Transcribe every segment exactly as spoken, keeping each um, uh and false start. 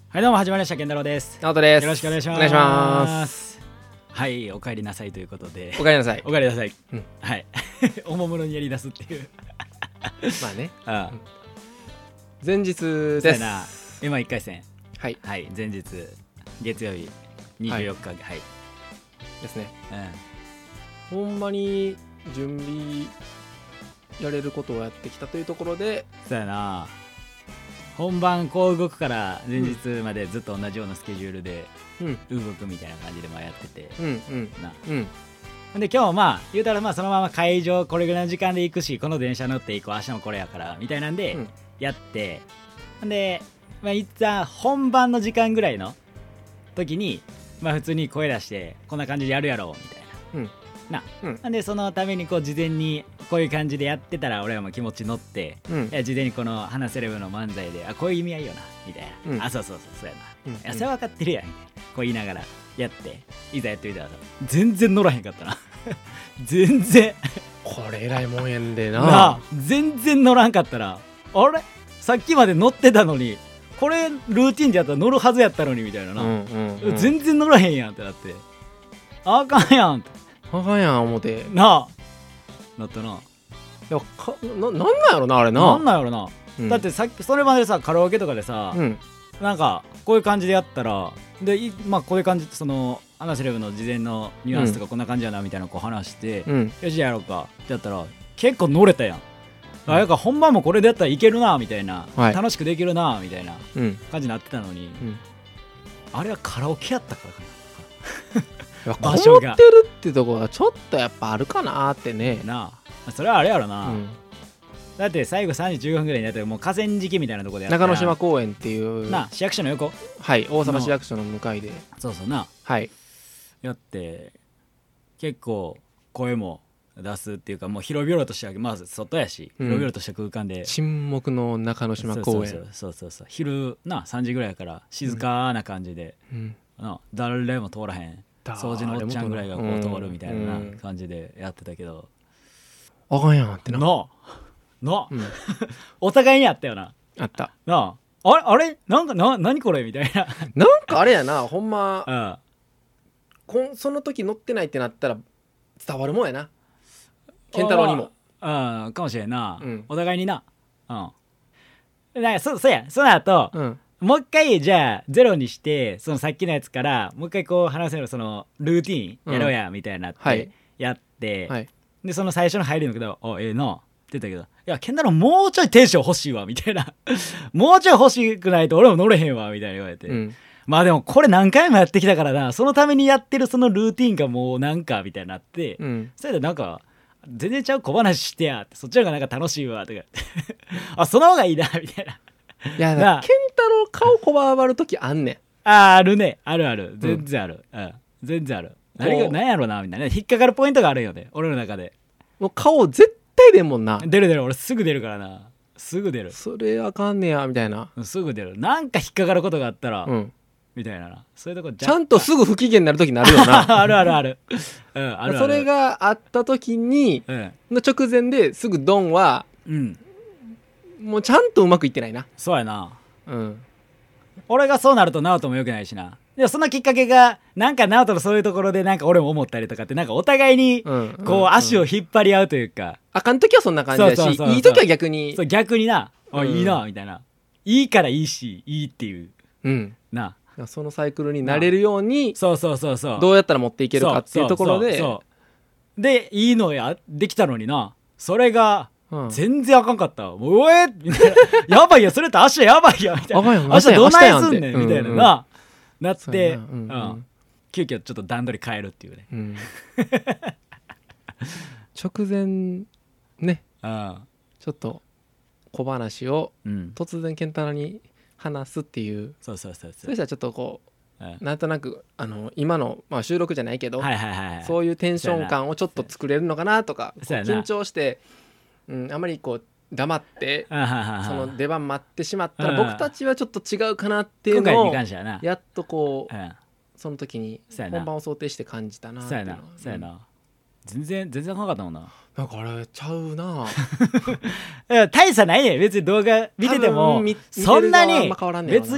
はい、どうも始まりました。健太郎です。 直人です。 よろしくお願いします。 お願いします。 はい、お帰りなさいということで。 お帰りなさい。 お帰りなさい。 うん、 はいおもむろにやり出すっていうまあね、 ああ、うん、 前日です。 そうやな。今いっかい戦。 はい、 はい、前日月曜日にじゅうよっか、はい、はい、 ですね、 うん、 ほんまに準備やれることをやってきたというところで、 そうやな。本番こう動くから前日までずっと同じようなスケジュールで動くみたいな感じでまあやってて、 うんうんな、 うん、 で今日まあ言うたらまあそのまま会場これぐらいの時間で行くし、この電車乗って行こう、明日もこれやからみたいなんでやって、うん、でまあ一旦本番の時間ぐらいの時にまあ普通に声出してこんな感じでやるやろみたいな、うんな、うん、なんでそのためにこう事前にこういう感じでやってたら俺らも気持ち乗って、うん、いや事前にこの話せればの漫才であこういう意味合いよなみたいな、うん、あそうそうそうそうやな、うん、いやそれは分かってるやんみたいなこう言いながらやっていざやってみたらさ全然乗らへんかったな全然これ偉いもんやんでななあ全然乗らんかったらあれさっきまで乗ってたのにこれルーティンでやったら乗るはずやったのにみたいなな、うんうんうん、全然乗らへんやんってなってあかんやんってあかんやん思てなあなったな。 いやか な, なんなんやろなあれな。 なんなんやろな、うん、だってさっきそれまでさカラオケとかでさ、うん、なんかこういう感じでやったらでまあこういう感じってその話せればの事前のニュアンスとかこんな感じやなみたいなのこう話して、うん、よしやろうかってやったら結構乗れたやん。うん、あやか本番もこれでやったらいけるなみたいな、はい、楽しくできるなみたいな感じになってたのに、うん、あれはカラオケやったからかな場所がこもってるってところがちょっとやっぱあるかなってね。 なあそれはあれやろな、うん、だって最後さんじじゅうごふんぐらいになってもう河川敷みたいなところでやったら中之島公園っていうな市役所の横、 はい大阪市役所の向かいでそうそうな、はい、やって結構声も出すっていうかもう広々としたまず外やし、うん、広々とした空間で沈黙の中之島公園そうそうそう昼なさんじぐらいやから静かな感じで、うんうん、誰も通らへん掃除のおっちゃんぐらいがこう通るみたいな感じでやってたけど、 うん、あかんやんってななな、うん、お互いにあったよなあったなあれあれなんかな何これみたいななんかあれやなほんま、うん、こんその時乗ってないってなったら伝わるもんやな健太郎にもうんかもしれんな、うん、お互いになうんだからそそうやその後、うんもう一回じゃあゼロにしてそのさっきのやつからもう一回こう話せるそのルーティンやろうやみたいになってやって、うんはい、でその最初の入りのけどおええなって言ったけどいやケンタロウもうちょいテンション欲しいわみたいなもうちょい欲しくないと俺も乗れへんわみたいな言われて、うん、まあでもこれ何回もやってきたからなそのためにやってるそのルーティンがもうなんかみたいになって、うん、それでなんか全然ちゃう小話してやってそっちの方がなんか楽しいわとかあその方がいいなみたいないやだケンタロウ顔こばわる時あんねんああるねあるある全然ある、うんうん、全然ある何が何やろなみたいな引っかかるポイントがあるよね俺の中でもう顔絶対出んもんな出る出る俺すぐ出るからなすぐ出るそれあかんねやみたいなすぐ出るなんか引っかかることがあったら、うん、みたいなそういうとこちゃんとすぐ不機嫌になる時になるよなあるあるある、うん、あるあるそれがあった時に、うん、の直前ですぐドンはうんもうちゃんとうまくいってないなそうやなうん俺がそうなるとナオトも良くないしなでもそのきっかけがなんかナオトのそういうところでなんか俺も思ったりとかってなんかお互いにこう足を引っ張り合うというか、うんうんうん、 あかん時はそんな感じだしそうそうそうそういい時は逆にそう逆にな、うん、いいなみたいないいからいいしいいっていううんなそのサイクルになれるようにそうそうそうそうどうやったら持っていけるかっていうところでそうそうそうそうでいいのやできたのになそれがうん、全然あかんかったもうおえみたいなやばいやそれって明日やばいやみたいな明日どないすんねんみたいなな、うん、なって、うんうん、急遽ちょっと段取り変えるっていうね、うん、 直前ね、うん、ちょっと小話を突然健太郎に話すっていう、うん、そうそうそうそうそしたらちょっとこう、うん、なんとなくあの今の、まあ、収録じゃないけど、はいはいはいはい、そういうテンション感をちょっと作れるのかなとか緊張してうん、あまりこう黙ってその出番待ってしまったら僕たちはちょっと違うかなっていうのをやっとこうその時に本番を想定して感じたなっていうのはそうやな全然全然なかったもんななんかあれちゃうな大差ないね別に動画見ててもそんなに別に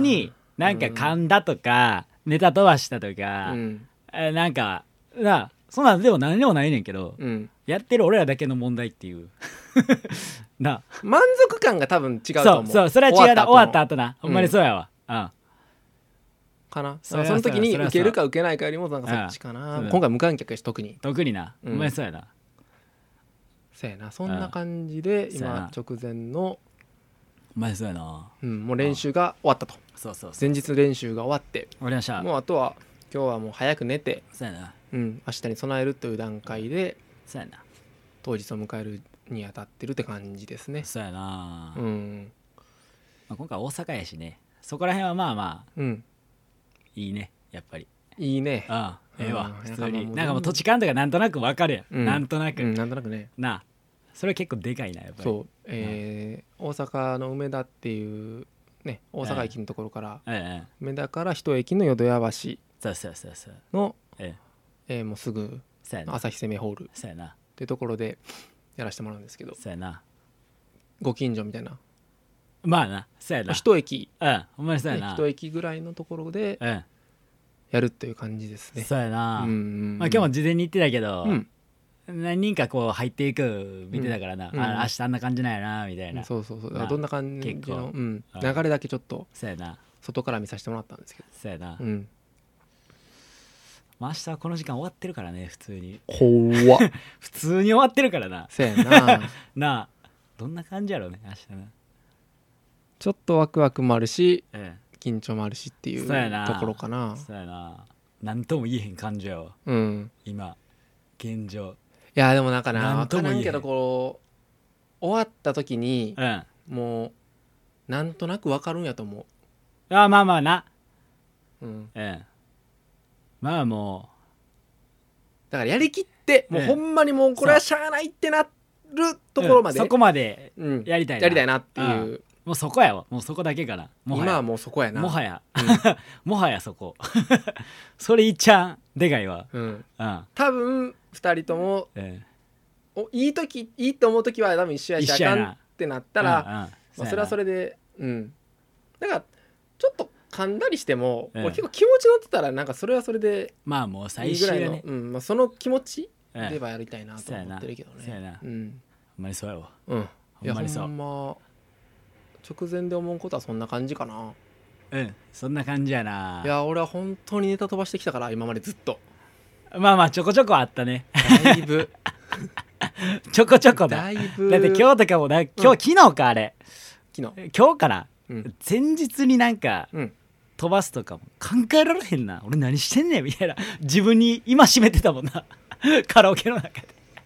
なんか噛んだとか、うん、ネタ飛ばしたとか、うん、えなんかなそんなんでも何でもないねんけど、うん、やってる俺らだけの問題っていうな満足感が多分違うと思う。 そうそう、それは違うな、終わった後な、ほんまにそうやわ、うん、うんかな。その時に受けるか受けないかよりもなんかそっちかな。今回無観客やし特に特にな、ほんまにそうやな。 そうやな、そんな感じで今直前のお前そうやな、 うん、もう練習が終わったと。 そうそうそう、 前日練習が終わって終わりました。 もうあとは今日はもう早く寝て、 そうやな、 うん、明日に備えるという段階で、 そうやな、 当日を迎えるにあたってるって感じですね。 そうやな、 うん、 まあ、今回大阪やしね、そこら辺はまあまあ、うん、いいね、やっぱりいいね。 ああ、ええわ、普通になんかもう土地勘とかなんとなく分かるやん、うん、なんとなく、 うん、なんとなくね、 なあ、それ結構でかいな、やっぱり。 そう、えー、大阪の梅田っていうね、大阪駅のところから、ええ、梅田から一駅の淀屋橋の、えええー、もうすぐ朝日生命ホールっていうところでやらせてもらうんですけど、 そうやな、 ご近所みたいな、 まあな、そうやな、 一駅、 うん、ほんまにそうやな、 一駅ぐらいのところでやるっていう感じですね。 そうやな、うんうんうん、まあ、今日も事前に言ってたけど、うん、何人かこう入っていく見てたからな、うん、あ明日あんな感じなんやなみたいな、うん、 そうそうそう、まあ、どんな感じの、うん、流れだけちょっと外から見させてもらったんですけど、 そうやな、うん、まあ、明日はこの時間終わってるからね、普通に怖っ普通に終わってるからな、 そうやななあ、どんな感じやろうね明日な、 ちょっとワクワクもあるし、ええ、緊張もあるしっていうところかな。 そうやな、なんとも言えへん感じやわ、うん、今現状。 いやでもなんかな、分からんけど、こう終わった時に、うん、もうなんとなく分かるんやと思う。ああ、まあまあな、うん、ええ、まあもうだからやりきって、もうほんまにもうこれはしゃあないってなるところまで、 うん、そこまでやりたいな、 やりたいなっていう、うん、 もうそこやわ、もうそこだけかな、もはや今はもうそこやな、 もはや、うん、もはやそこそれいっちゃんでかいわ、うんうん、多分ふたりとも、ええ、おいい時いいと思う時は多分一緒やし、あかんってなったら、うんうん、まあ、それはそれで、うん、だからちょっと噛んだりしても、ええ、俺結構気持ち乗ってたらなんかそれはそれでまあもう最終ぐらいの、うん、まあ、その気持ちではやりたいなと思ってるけどね。 そうやな、うん、ほんまにそうやわ、 うん、ほんまにそう、いやほんま直前で思うことはそんな感じかな。 うん、そんな感じやな。 いや俺は本当にネタ飛ばしてきたから、今までずっと。 まあまあちょこちょこあったね、 だいぶちょこちょこだ、 だいぶだって今日とかもだ、今日、うん、昨日かあれ昨日今日から、うん、前日になんか、うん、飛ばすとかも考えられへんな、俺何してんねんみたいな、自分に今しめてたもんなカラオケの中で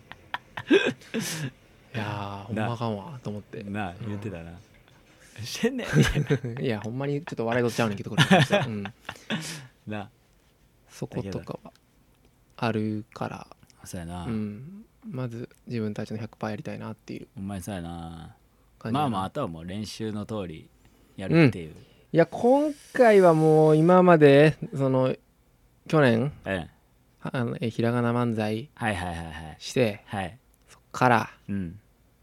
いやほんまあかんわと思ってなあ言ってたな、うん、してんねんみたいないやほんまにちょっと笑いとっちゃうねんけどこれ、うん、 なそことかはあるから、 そうやな、 うん、まず自分たちの ひゃくパーセント やりたいなっていう。 ほんまにそうやな。まあまああとはもう練習の通りやるっていう、うん、いや今回はもう今までその去年、ええ、あのえひらがな漫才して、はいはいはいはい、そっから、うん、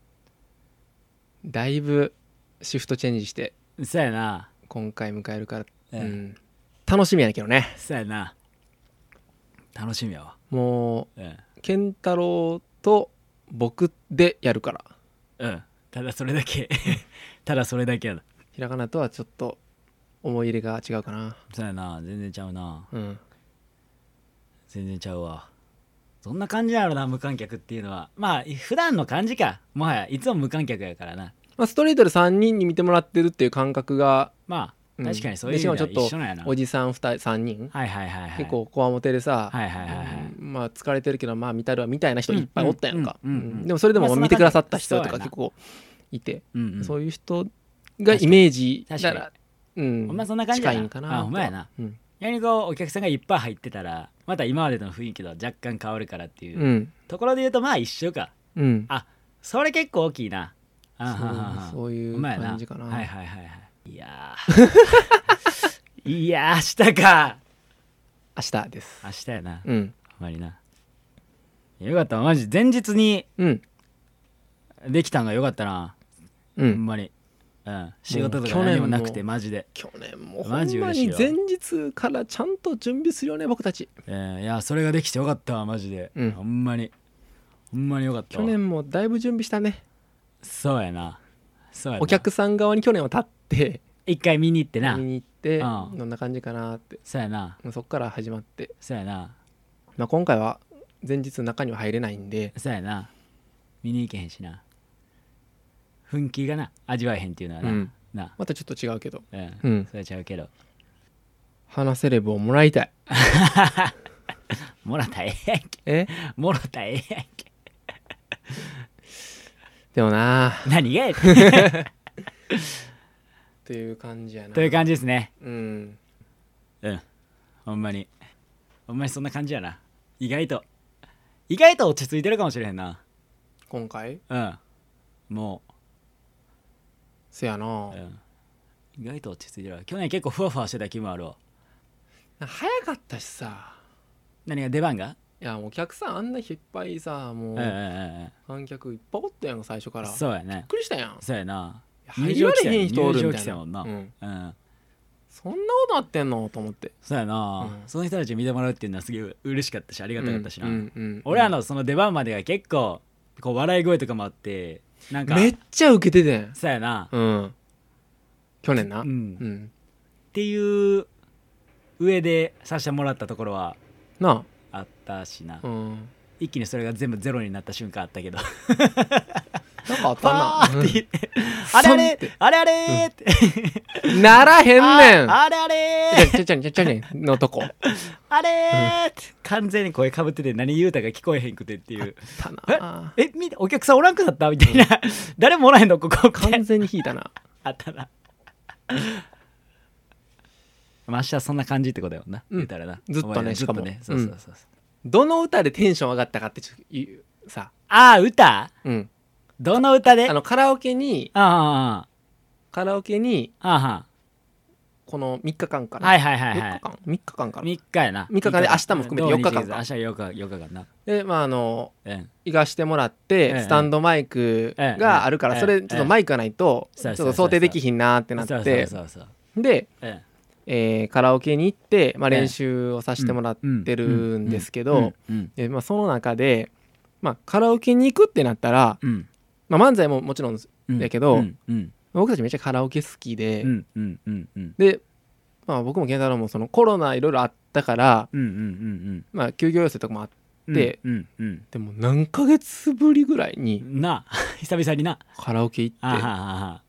だいぶシフトチェンジしてそうやな今回迎えるから、ええ、うん、楽しみやねんけどね。 そうやな、楽しみやわ。 もう、ええ、健太郎と僕でやるから、 うん、ただそれだけただそれだけやな。 ひらがなとはちょっと思い入れが違うかな。 そうやな、全然ちゃうな、うん、全然ちゃうわ。そんな感じやろな、無観客っていうのは。まあ普段の感じか、もはやいつも無観客やからな。 まあ、ストリートでさんにんに見てもらってるっていう感覚が、 まあ確かにそういう意味では一緒なんやな。 おじさんふたりさんにん、 はいはいはいはい、 結構こわもてでさ、 はいはいはいはい、 うん、まあ疲れてるけどまあ見たるわみたいな人いっぱいおったやんか。でもそれでも見てくださった人とか結構いて、うんうん、そういう人がイメージだから、うん、 まあそんな感じやな。 近いんかな。 あ、ほんまやな。うん、やにこうお客さんがいっぱい入ってたらまた今までの雰囲気と若干変わるからっていう、うん、ところで言うとまあ一緒か、うん、あ、それ結構大きいな。 あ、そう、そういう感じかな。 はいはいはいはい。いやいや明日か。 明日です。 明日やな。うん。ほんまにな。よかった、マジ前日にできたんがよかったな。うん。ほんまに。 うん、仕事とか何もなくてマジで去年もほんまに前日からちゃんと準備するよね僕たち、 えー、いやそれができてよかったわマジで、うん、ほんまにほんまによかったわ。去年もだいぶ準備したね。 そうやなそうやな。 お客さん側に去年は立って一回見に行ってな見に行って、うん、どんな感じかなって。 そうやな。 そっから始まって。 そうやな。 まあ今回は前日中には入れないんで。 そうやな。見に行けへんしな。雰囲気がな味わえへんっていうのはな、うん、なまたちょっと違うけど、 うんうん、それは違うけど花セレブをもらいたいもらったらええやんけえもらったらええやんけでもな何がやっていう感じやなという感じですね。 うんうんほんまにほんまにそんな感じやな。意外と意外と落ち着いてるかもしれへんな今回。 うんもうせやな、うん、意外と落ち着いてるわ。去年結構ふわふわしてた気もあるわ。 早かったしさ。 何が出番が。 いやお客さんあんないっぱいさもう、えええ、観客いっぱいおったやん最初から。 そうやね。 びっくりしたやん。 そうやな。 入られへん人おるみたいな。 もんな、うんうん、 そんなことなってんのと思って。 そうやな、うん、その人たち見てもらうっていうのはすげえ嬉しかったしありがたかったしな、うんうんうん、俺らのその出番までが結構こう笑い声とかもあってなんかめっちゃウケててん。 そうやな、 うん、去年な、 うんうん、っていう上でさせてもらったところはなあったしな、 うん、 一気にそれが全部ゼロになった瞬間あったけどなんかあったなって言ってあれあれあれあれって、 うん、ならへんねんあれあれちゃちゃちゃちゃねんのとこあれって完全に声かぶってて何言うたか聞こえへんくてっていうあったなええみお客さんおらんくなったみたいな、うん、誰もおらへんのここ完全に引いたなあったなまあ明日はそんな感じってことだよな、うん、言ったらなずっとねしかもねそうそうそうそう、 うん、どの歌でテンション上がったかってちょっと言うさああ歌うんどの歌であのカラオケにああカラオケにああこのみっかかんかなはいはいはいはいよっかかんみっかかんかなみっかやなみっかかんで明日も含めてよっかかんか明日よっかよっかかんなでまああの、 うん、 行かしてもらって、うん、スタンドマイクがあるから、うん、それちょっとマイクがないと、うん、ちょっと想定できひんなってなってで、うんえー、カラオケに行って、まあ、練習をさせてもらってるんですけどその中で、まあ、カラオケに行くってなったら、うんまあ、漫才ももちろんだけど、うんうん、僕たちめっちゃカラオケ好きで、うんうんうんうん、で、まあ、僕も健太郎もそのコロナいろいろあったから、うんうんうんうんまあ、休業要請とかもあって、うんうんうん、でも何ヶ月ぶりぐらいにな久々になカラオケ行ってあはは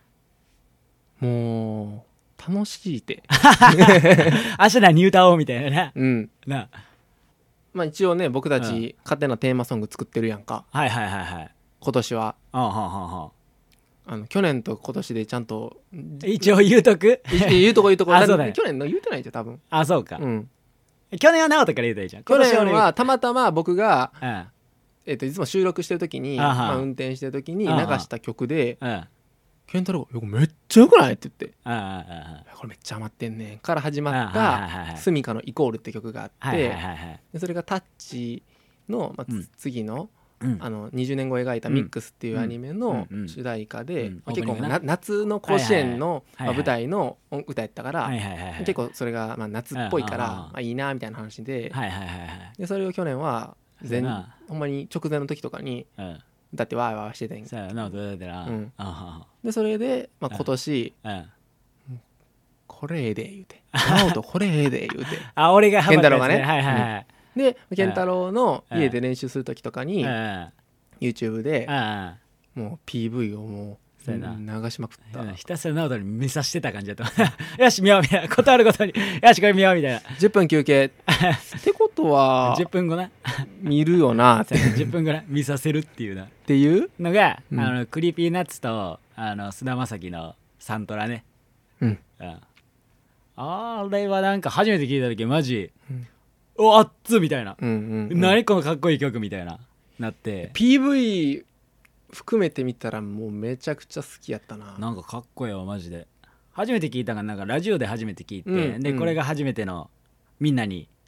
もう楽しいて明日何歌おうみたいなね、 うん、なまあ一応ね僕たち、うん、勝手なテーマソング作ってるやんかはいはいはいはい今年はあはははあの去年と今年でちゃんと一応言うとく言うとこ言うとこあそうだ、ね、 去年の言うてないじゃん多分あそうか、 うん、 去年は直人から言うといいじゃん。 去年はたまたま僕が、うんえー、といつも収録してる時に、まあ、運転してる時に流した曲で「健太郎めっちゃよくない?」って言って「これめっちゃ余ってんねん」から始まった「スミカのイコール」って曲があってでそれがタッチの、まあ、うん、次のうん、あのにじゅうねんご描いたミックスっていうアニメの主題歌で、うんうんまあ、結構な夏の甲子園の、はいはいまあ、舞台の歌やったから、はいはいはいはい、結構それがまあ夏っぽいから、まあ、いいなみたいな話で、はいはいはいはい、でそれを去年は前ほんまに直前の時とかに歌ってワーワーしてたんやけどでそれで、まあ、今年、うんうんこれええで言うて直人これええで言うてあ俺がハマったやつね健太郎がね、はいはいはいうんで健太郎の家で練習する時とかに YouTube でもう ピーブイ をもう流しまくったひたすら直人に見さしてた感じだったよし見ようみたいなことあるごとによしこれ見ようみたいなじゅっぷん休憩ってことはじゅっぷんごな見るよなってじゅっぷんぐらい見させるっていうなっていうのが、うん、あのクリーピーナッツとあの菅田将暉のサントラねうん、うん、あれはなんか初めて聞いた時マジ、うんおっつみたいな、うんうんうん、何このかっこいい曲みたいななってピーブイ 含めてみたらもうめちゃくちゃ好きやったななんかかっこいいわマジで初めて聞いたのがなんかラジオで初めて聞いて、うん、でこれが初めてのみんなに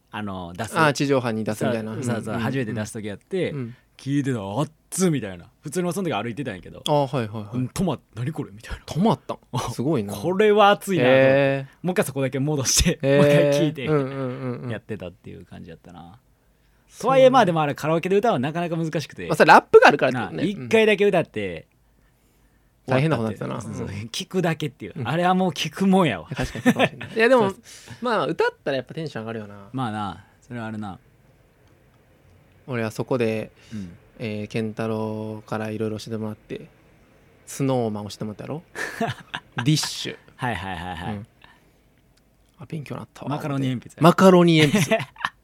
あの出すあ地上波に出すみたいなそうそうそう、うん、初めて出す時やって、うん、聞いてたらあっつみたいな普通のその時歩いてたんやけどあはいはいはい、 うん、止まっ何これみたいな止まったすごいなこれは熱いなと、えー、もう一回そこだけ戻して、えー、もう一回聞いて、うんうんうんうん、やってたっていう感じやったなとはいえまあでもあれカラオケで歌うのはなかなか難しくて、 まあ、それラップがあるからね一回だけ歌って、 うん、大変なことだったな、うん、 聞くだけっていう、うん、あれはもう聞くもんやわ確かにそうかもしれないいやでもまあ歌ったらやっぱテンション上がるよなまあなそれはあるな俺はそこで、うんえー、健太郎からいろいろ教えてもらってスノーマン教えてもらったやろディッシュはいはいはいはい、うん、 あ勉強になったわマカロニ鉛筆マカロニ鉛筆マ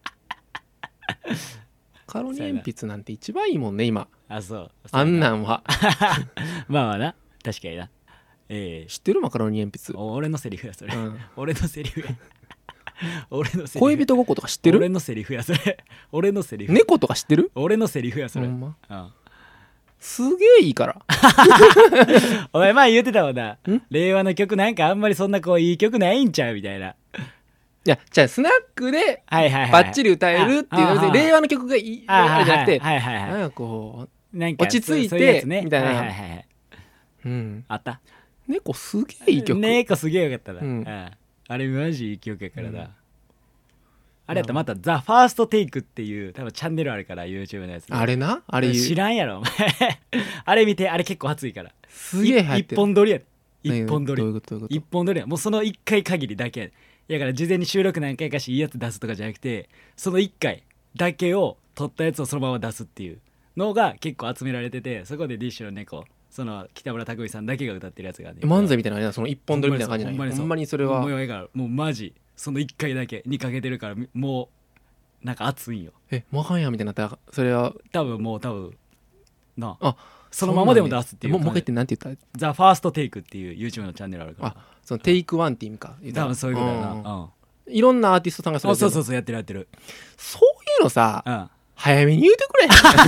カロニ鉛筆なんて一番いいもんね今あそうあんなんはまあまあな確かにな、 えー、知ってるマカロニ鉛筆俺のセリフやそれ、うん、俺のセリフや俺のセリフ恋人ごっことか知ってる俺のセリフやそれ俺のセリフ猫とか知ってる俺のセリフやそれ、 ほんま、 うん、 すげえいいからお前前言ってたもんな令和の曲なんかあんまりそんなこういい曲ないんちゃうみたいないやじゃあスナックでバッチリ歌えるっていうので令和の曲がいいあれじゃなくてなんかこう落ち着いてみたいなあった猫すげえいい曲猫すげえよかったな、うん、あれマジいい曲やからな、うん、あれやったらまたザ・ファーストテイクっていう多分チャンネルあるから YouTube のやつあれなあれ知らんやろお前あれ見てあれ結構熱いからすげえ入ってる一本撮りやで一本撮りどういうことどういうこと一本撮りやもうその一回限りだけやから事前に収録何回かしいいやつ出すとかじゃなくてその一回だけを撮ったやつをそのまま出すっていうのが結構集められててそこでディッシュの猫その北村匠海さんだけが歌ってるやつがね漫才みたいなその一本撮りみたいな感じないほんまにそれはもうええからもうマジその一回だけにかけてるからもうなんか熱いんよえもはんやみたいになったらそれは多分もう多分なあそのままでも出すっていうもう一回言ってなんて言ったザ・ファーストテイクっていう YouTube のチャンネルあるからあそのテイクワンって意味か多分そういうことだな、うん、 いろんなアーティストさんがそれそうそうそうやってるやってるそういうのさ、うん、早めに言うてくれ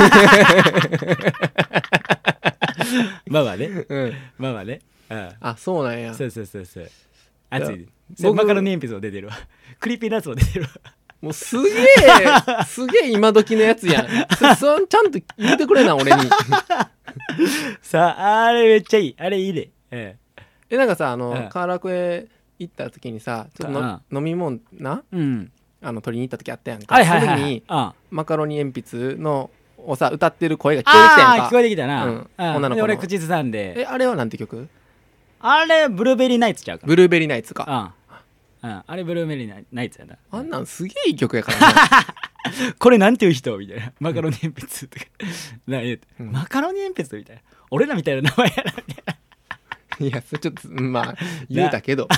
まあまあね、うん、まあまあね、うん、 あそうなんやそうそうそうそう熱いマカロニ鉛筆も出てるわクリーピーナッツも出てるわもうすげえすげえ今時のやつやんそそちゃんと言うてくれな俺にさああれめっちゃいいあれいいでええなんかさあの、うん、カーラクエ行った時にさちょっとの、うん、飲み物な、うん、あの取りに行った時あったやんか、はいはいはい、その時に、うん、マカロニ鉛筆のをさ歌ってる声が聞こえてきたやんかあ聞こえてきたな、うん、 女の子の俺口ずさんでえあれはなんて曲あれブルーベリーナイツちゃうかブルーベリーナイツかうん、うん、あれブルーベリーナイツやなあんなんすげえいい曲やからなこれなんていう人みたいなマカロニ鉛筆とかな言うて、うん、マカロニ鉛筆みたいな俺らみたいな名前やなみたいないやそれちょっとまあ言うたけど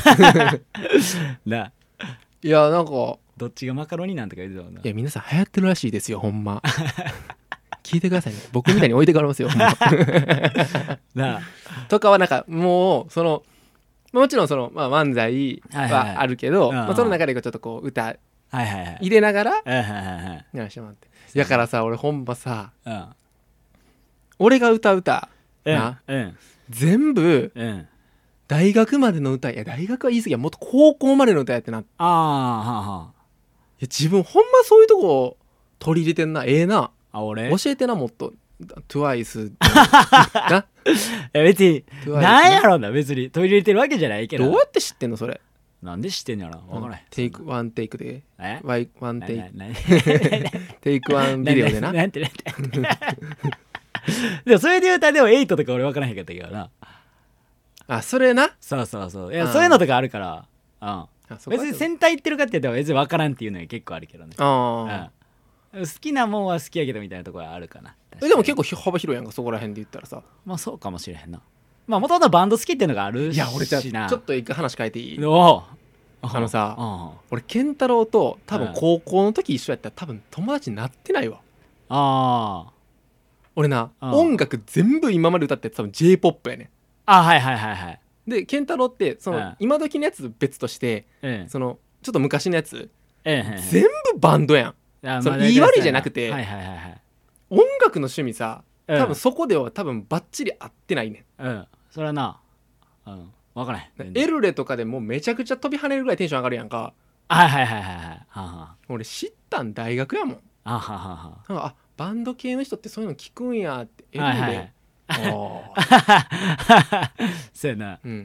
ないやなんかどっちがマカロニなんとか言うてたもんないや皆さん流行ってるらしいですよほんま聞いてくださいね僕みたいに置いてかれますよほんまなとかはなんかもうそのもちろんその、まあ、漫才はあるけど、はいはいはいまあ、その中でちょっとこう歌入れながらやらしてもらってだからさ俺ほんまさ、うん、俺が歌う歌な、うん、全部、うん、大学までの歌いや大学は言い過ぎやもっと高校までの歌やってなあーはあはあいや自分ほんまそういうとこ取り入れてんなええなあ俺教えてなもっとトゥワイスないや別になんやろうな別に取り入れてるわけじゃないけどどうやって知ってんのそれなんで知ってんのやろ分からへんテイクワンテイクでワイワンテイクテイクワンビデオでななんてなんてでもそれで言うたらでもエイトとか俺分からへんかったけどなあそれなそうそうそういやそういうのとかあるからうん別に戦隊行ってるかって言ったら別に分からんっていうのが結構あるけどねあ、うん、好きなもんは好きやけどみたいなところはあるかなえでも結構幅広いやんかそこら辺で言ったらさまあそうかもしれへんなまあもともとバンド好きっていうのがあるしいや俺じゃあちょっと一回話変えていいおあのさ俺健太郎と多分高校の時一緒やったら多分友達になってないわああ俺な音楽全部今まで歌って多分 J-ポップ やねんあはいはいはいはいで健太郎ってその今時のやつ別としてそのちょっと昔のやつ全部バンドやんその言い悪いじゃなくて音楽の趣味さ多分そこでは多分バッチリ合ってないねんうんそれはなうん分からへんエルレとかでもめちゃくちゃ飛び跳ねるぐらいテンション上がるやんかはいはいはいはいはい。はは俺知ったん大学やもん。 あははは。 なんかあバンド系の人ってそういうの聞くんやって。え、 はいはいはい。 あそうやな。 うん。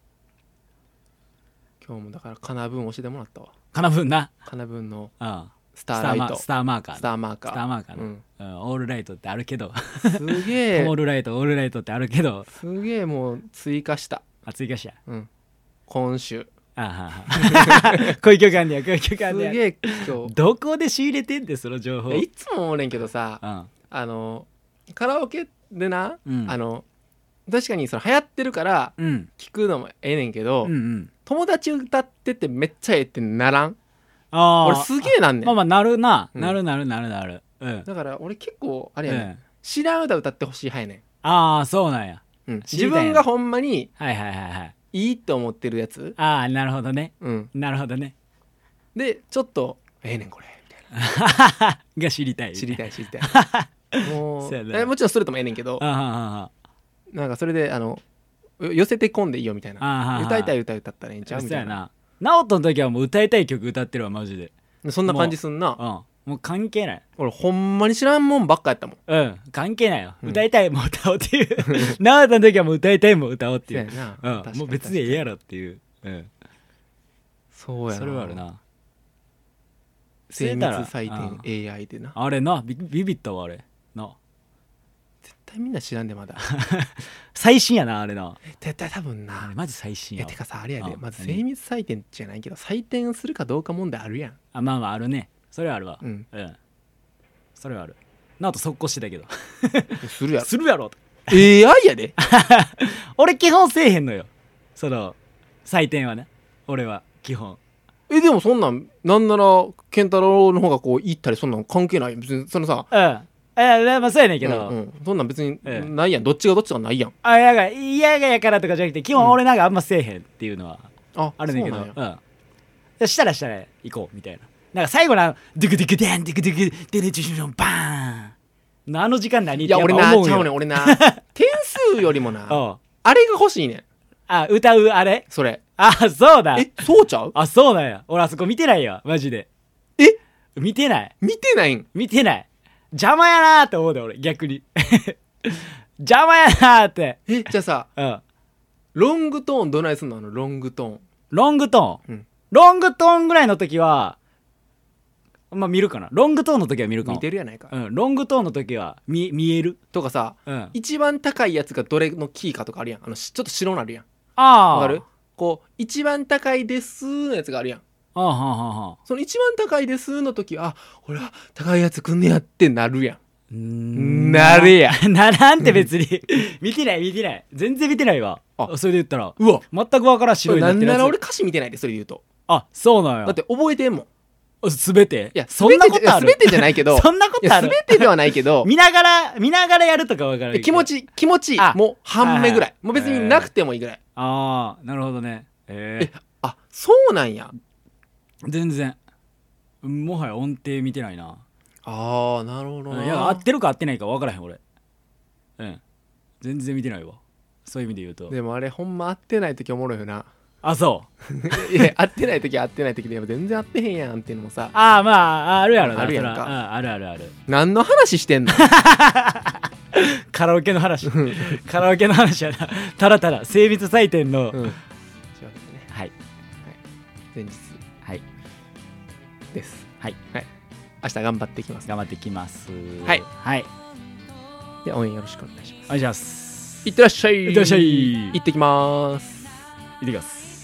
今日もだからカナブーン教えてもらったわ。 カナブーンな。 カナブーンのスターライト。スターマーカー。 スターマーカー。 スターマーカー。うん。オールライトってあるけど。 すげえ。 オールライト、オールライトってあるけど。 すげえもう追加した。 あ、追加した。 うん。今週。 あはは。こういう曲あんねや、こういう曲あんねや。 すげえ今日。 どこで仕入れてんでその情報。 いつも思うねんけどさ、あのカラオケでな、あの確かにその流行ってるから聞くのもええねんけど、友達歌っててめっちゃええってならん？あ俺すげえなんねん。 まあまあなるな、なるなるなるなる。 だから俺結構あれやねん、知らん歌歌ってほしい派やねん。 ああそうなんや。 自分がほんまにはいはいはいはいいいって思ってるやつ。 ああなるほどね。うんなるほどね。 でちょっとええねんこれみたいなが知りたい知りたい知りたいもうえもちろんストレートもええねんけど、なんかそれであの寄せてこんでいいよみたいな。歌いたい歌歌ったらええんちゃうみたいな。 ナオトの時はもう歌いたい曲歌ってるわマジで。 そんな感じすんな。 もう関係ない。 俺ほんまに知らんもんばっかやったもん。 うん関係ないよ。歌いたいも歌おうっていうナオトの時はもう歌いたいも歌おうっていう。もう別にええやろっていう。 そうやな。 それはあるな。 精密採点 エーアイ でな。 あれなビビったわあれな。 絶対みんな知らんでまだ最新やなあれな。 絶対多分な。 マジ最新や。 てかさあれやで、まず精密採点じゃないけど採点するかどうか問題あるやん。 あまあまああるね。それはあるわ。うんそれはある。ナオト速攻してたけどするやろするやろエーアイ やで俺基本せえへんのよその採点はね。俺は基本えでもそんなんなんなら健太郎の方がこう言ったりそんなん関係ない。別にそのさうんえまあそうやねんけど、 うんうん、そんなん別にないやん。どっちがどっちがないやん。 あやが嫌がやからとかじゃなくて基本俺なんかあんませえへんっていうのはあるねんけど、うんしたらしたら行こうみたいな。なんか最後のドゥクドゥクデンドゥクドゥクデネチュションバーンあの時間何ってやっぱ思うよ。いや俺なちゃうねん俺な点数よりもなあれが欲しいねん。 あ歌うあれそれ。 あそうだ。 えそうちゃう？ あそうなんや。俺あそこ見てないよマジで。 え見てない見てないん？ 見てない。邪魔やなーって思うで俺逆に邪魔やなーって。 えじゃあさ、うん、ロングトーンどないすんの？あのロングトーンロングトーン、うん、ロングトーンぐらいの時はまあ見るかな。ロングトーンの時は見るかも。 見てるやないか、 うん、ロングトーンの時は 見, 見えるとかさ、うん、一番高いやつがどれのキーかとかあるやん。あのちょっと白なるやん。 ああわかる？こう一番高いですのやつがあるやん。 ああはあはあ。 その一番高いですの時あ俺は高いやつくんねやってなるやん。んなれやならんって別に見てない見てない全然見てないわ。あそれで言ったらうわ全く分からん白いなってるやつ。 なんなら俺歌詞見てないでそれで言うと。 あそうなんや。 だって覚えてんもんすべて。 いやそんなことある。すべてじゃないけどそんなことある。 すべてではないけど見ながら見ながらやるとか分からん。 気持ち気持ちもう半目ぐらい。もう別になくてもいいぐらい。 ああなるほどね。ええあそうなんや。 全然もはや音程見てないな。 ああなるほどな。 いや合ってるか合ってないか分からへん俺。うん全然見てないわ。そういう意味で言うと。 でもあれほんま合ってない時おもろいよな。 あそういや合ってない時は合ってない時で全然合ってへんやんっていうのもさ。 ああまああるやろな。 あるやんか。 ああるあるある。何の話してんのカラオケの話カラオケの話やな。ただただ精密採点の、うん、 はい、 はい、 前日はいですはい、 はい、明日頑張っていきます。 頑張っていきますはいはいで応援よろしくお願いします。 お願いします。 いってらっしゃい。 いってらっしゃい。 行ってきます。 行ってきます。